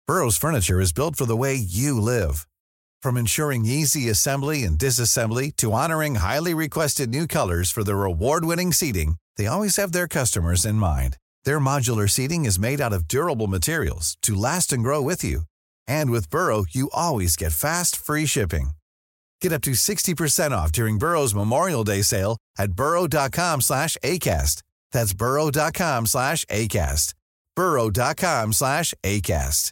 Burrow's furniture is built for the way you live. From ensuring easy assembly and disassembly to honoring highly requested new colors for their award-winning seating, they always have their customers in mind. Their modular seating is made out of durable materials to last and grow with you. And with Burrow, you always get fast, free shipping. Get up to 60% off during Burrow's Memorial Day sale at burrow.com/ACAST. That's burrow.com/ACAST. burrow.com/ACAST.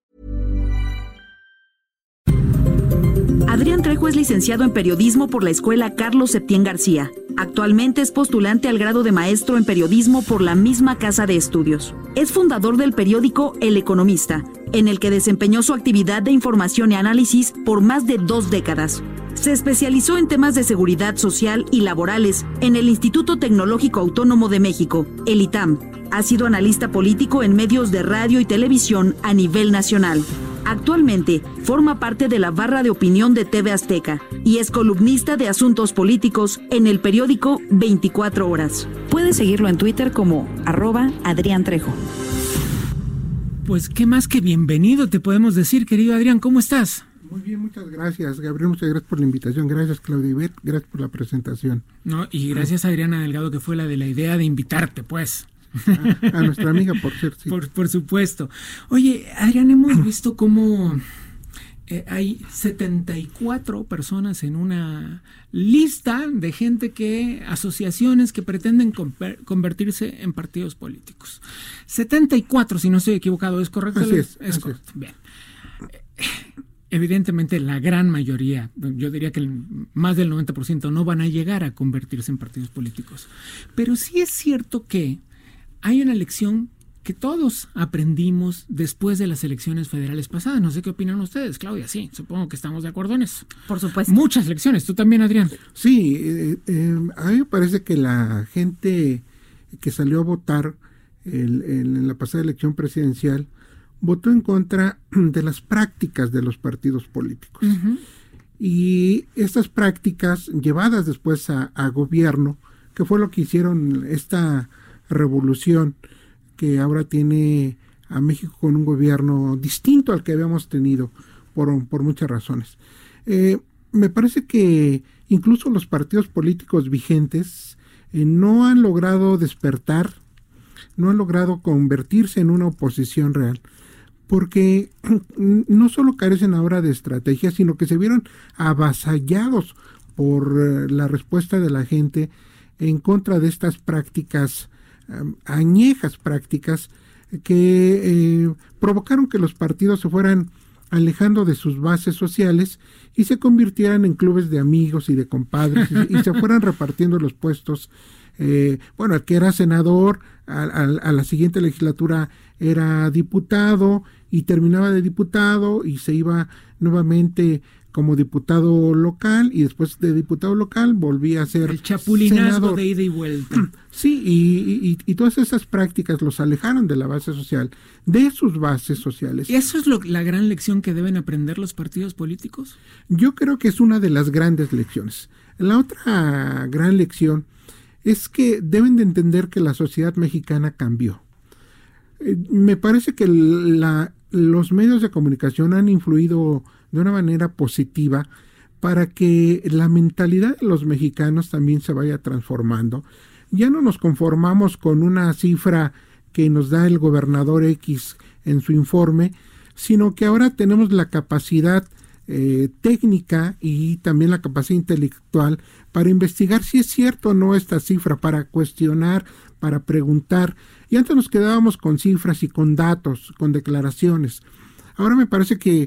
Adrián Trejo es licenciado en periodismo por la Escuela Carlos Septién García. Actualmente es postulante al grado de maestro en periodismo por la misma casa de estudios. Es fundador del periódico El Economista, en el que desempeñó su actividad de información y análisis por más de 2 décadas. Se especializó en temas de seguridad social y laborales en el Instituto Tecnológico Autónomo de México, el ITAM. Ha sido analista político en medios de radio y televisión a nivel nacional. Actualmente forma parte de la barra de opinión de TV Azteca y es columnista de asuntos políticos en el periódico 24 Horas. Puedes seguirlo en Twitter como @Adrián Trejo. Pues qué más que bienvenido te podemos decir, querido Adrián, ¿cómo estás? Muy bien, muchas gracias, Gabriel, muchas gracias por la invitación, gracias Claudia Ivette, gracias por la presentación. No, y gracias a Adriana Delgado, que fue la de la idea de invitarte, pues. A nuestra amiga, por cierto. Sí. Por supuesto. Oye, Adrián, hemos visto cómo hay 74 personas en una lista de gente asociaciones que pretenden convertirse en partidos políticos. 74, si no estoy equivocado, ¿es correcto? Así es. Correcto. Bien. Evidentemente la gran mayoría, yo diría que más del 90% no van a llegar a convertirse en partidos políticos. Pero sí es cierto que hay una lección que todos aprendimos después de las elecciones federales pasadas. No sé qué opinan ustedes, Claudia. Sí, supongo que estamos de acuerdo en eso. Por supuesto. Muchas lecciones. ¿Tú también, Adrián? Sí, a mí me parece que la gente que salió a votar en la pasada elección presidencial votó en contra de las prácticas de los partidos políticos. Uh-huh. Y estas prácticas llevadas después a gobierno, que fue lo que hicieron esta revolución que ahora tiene a México con un gobierno distinto al que habíamos tenido por muchas razones. Me parece que incluso los partidos políticos vigentes no han logrado despertar, no han logrado convertirse en una oposición real, porque no solo carecen ahora de estrategia, sino que se vieron avasallados por la respuesta de la gente en contra de estas prácticas, añejas prácticas que provocaron que los partidos se fueran alejando de sus bases sociales y se convirtieran en clubes de amigos y de compadres y se fueran repartiendo los puestos. El que era senador a la siguiente legislatura era diputado y terminaba de diputado y se iba nuevamente como diputado local y después de diputado local volvía a ser el chapulinazgo senador. De ida y vuelta. Sí, y todas esas prácticas los alejaron de la base social, de sus bases sociales. ¿Y eso es la gran lección que deben aprender los partidos políticos? Yo creo que es una de las grandes lecciones. La otra gran lección es que deben de entender que la sociedad mexicana cambió. Me parece que los medios de comunicación han influido de una manera positiva para que la mentalidad de los mexicanos también se vaya transformando. Ya no nos conformamos con una cifra que nos da el gobernador X en su informe, sino que ahora tenemos la capacidad técnica y también la capacidad intelectual para investigar si es cierto o no esta cifra, para cuestionar, para preguntar. Y antes nos quedábamos con cifras y con datos, con declaraciones. Ahora me parece que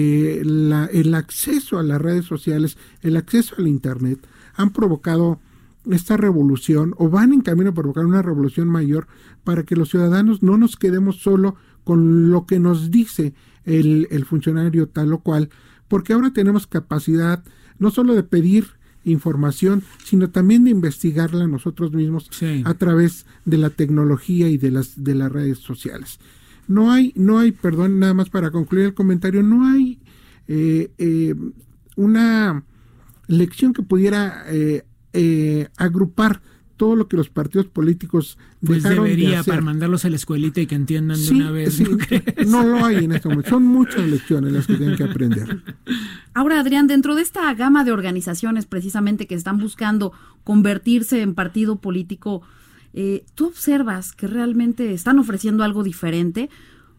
el acceso a las redes sociales, el acceso al internet han provocado esta revolución o van en camino a provocar una revolución mayor para que los ciudadanos no nos quedemos solo con lo que nos dice el funcionario tal o cual, porque ahora tenemos capacidad no solo de pedir información, sino también de investigarla nosotros mismos a través de la tecnología y de las redes sociales. No hay, perdón, nada más para concluir el comentario, no hay una lección que pudiera agrupar todo lo que los partidos políticos pues dejaron debería, de hacer. para mandarlos a la escuelita y que entiendan de una vez. Sí, no lo hay en este momento. Son muchas lecciones las que tienen que aprender. Ahora, Adrián, dentro de esta gama de organizaciones precisamente que están buscando convertirse en partido político, ¿tú observas que realmente están ofreciendo algo diferente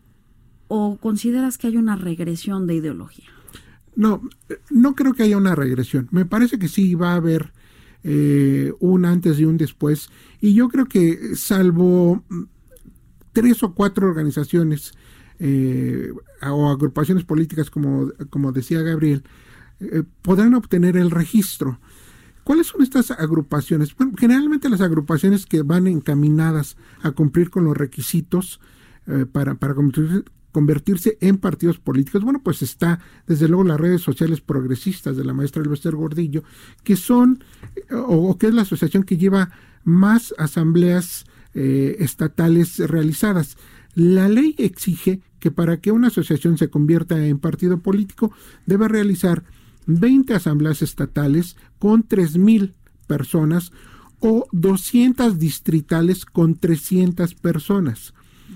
o consideras que hay una regresión de ideología? No creo que haya una regresión. Me parece que sí va a haber un antes y un después. Y yo creo que salvo 3 o 4 organizaciones o agrupaciones políticas, como decía Gabriel, podrán obtener el registro. ¿Cuáles son estas agrupaciones? Bueno, generalmente las agrupaciones que van encaminadas a cumplir con los requisitos para convertirse en partidos políticos. Bueno, pues está desde luego las redes sociales progresistas de la maestra Elbester Gordillo, que son, o que es la asociación que lleva más asambleas estatales realizadas. La ley exige que para que una asociación se convierta en partido político debe realizar 20 asambleas estatales con 3,000 personas o 200 distritales con 300 personas.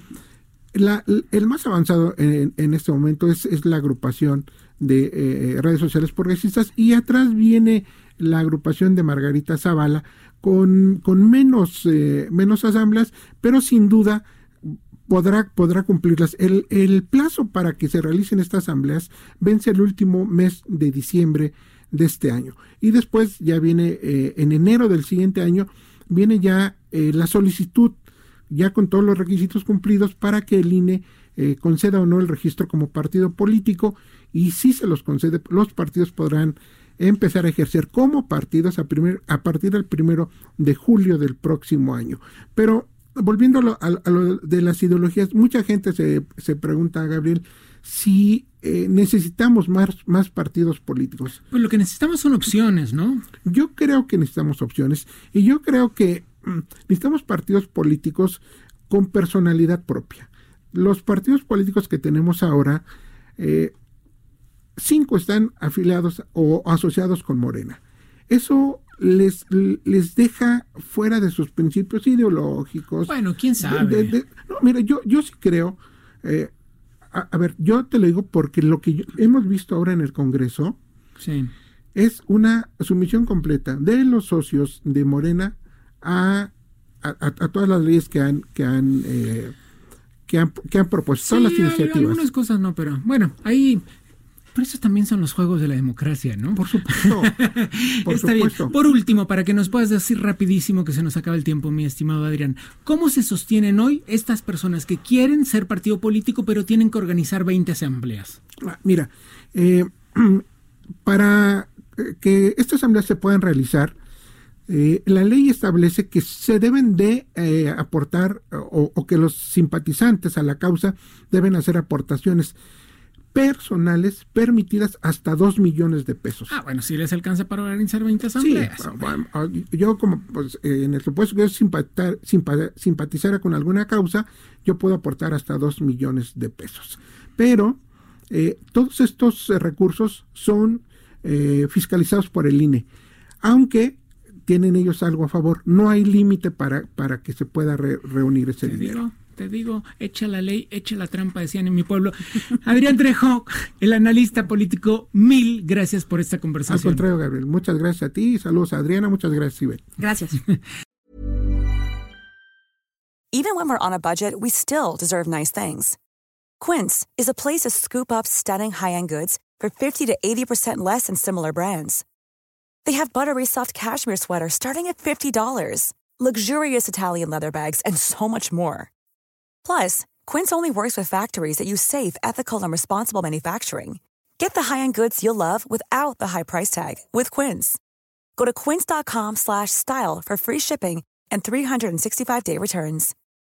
El más avanzado en este momento es la agrupación de redes sociales progresistas, y atrás viene la agrupación de Margarita Zavala con menos asambleas, pero sin duda podrá cumplirlas. El plazo para que se realicen estas asambleas vence el último mes de diciembre de este año, y después ya viene en enero del siguiente año viene ya la solicitud, ya con todos los requisitos cumplidos, para que el INE conceda o no el registro como partido político, y si se los concede, los partidos podrán empezar a ejercer como partidos a partir del 1 de julio del próximo año. Pero volviendo a lo de las ideologías, mucha gente se pregunta, Gabriel, si necesitamos más partidos políticos. Pues lo que necesitamos son opciones, ¿no? Yo creo que necesitamos opciones, y yo creo que necesitamos partidos políticos con personalidad propia. Los partidos políticos que tenemos ahora, 5 están afiliados o asociados con Morena. Eso les deja fuera de sus principios ideológicos. Bueno, quién sabe. No, mira, yo sí creo. A ver, yo te lo digo porque lo que hemos visto ahora en el Congreso es una sumisión completa de los socios de Morena a todas las leyes que han propuesto, todas las iniciativas. Algunas cosas no, pero bueno, ahí. Pero esos también son los juegos de la democracia, ¿no? Por supuesto. Está bien. Por último, para que nos puedas decir rapidísimo, que se nos acaba el tiempo, mi estimado Adrián, ¿cómo se sostienen hoy estas personas que quieren ser partido político pero tienen que organizar 20 asambleas? Mira, para que estas asambleas se puedan realizar, la ley establece que se deben de aportar o que los simpatizantes a la causa deben hacer aportaciones personales permitidas hasta 2 millones de pesos. Bueno, si les alcanza para organizar 20 asambleas. Sí, bueno, yo como en el supuesto que yo simpatizara con alguna causa, yo puedo aportar hasta 2 millones de pesos. Pero todos estos recursos son fiscalizados por el INE, aunque tienen ellos algo a favor. No hay límite para que se pueda reunir ese dinero. Te digo, echa la ley, echa la trampa, decían en mi pueblo. Adrián Trejo, el analista político, 1000 gracias por esta conversación. Al contrario, Gabriel, muchas gracias a ti, saludos a Adriana, muchas gracias, Ivette. Gracias. Even when we're on a budget, we still deserve nice things. Quince is a place to scoop up stunning high-end goods for 50 to 80% less than similar brands. They have buttery soft cashmere sweaters starting at $50, luxurious Italian leather bags, and so much more. Plus, Quince only works with factories that use safe, ethical, and responsible manufacturing. Get the high-end goods you'll love without the high price tag with Quince. Go to quince.com/style for free shipping and 365-day returns.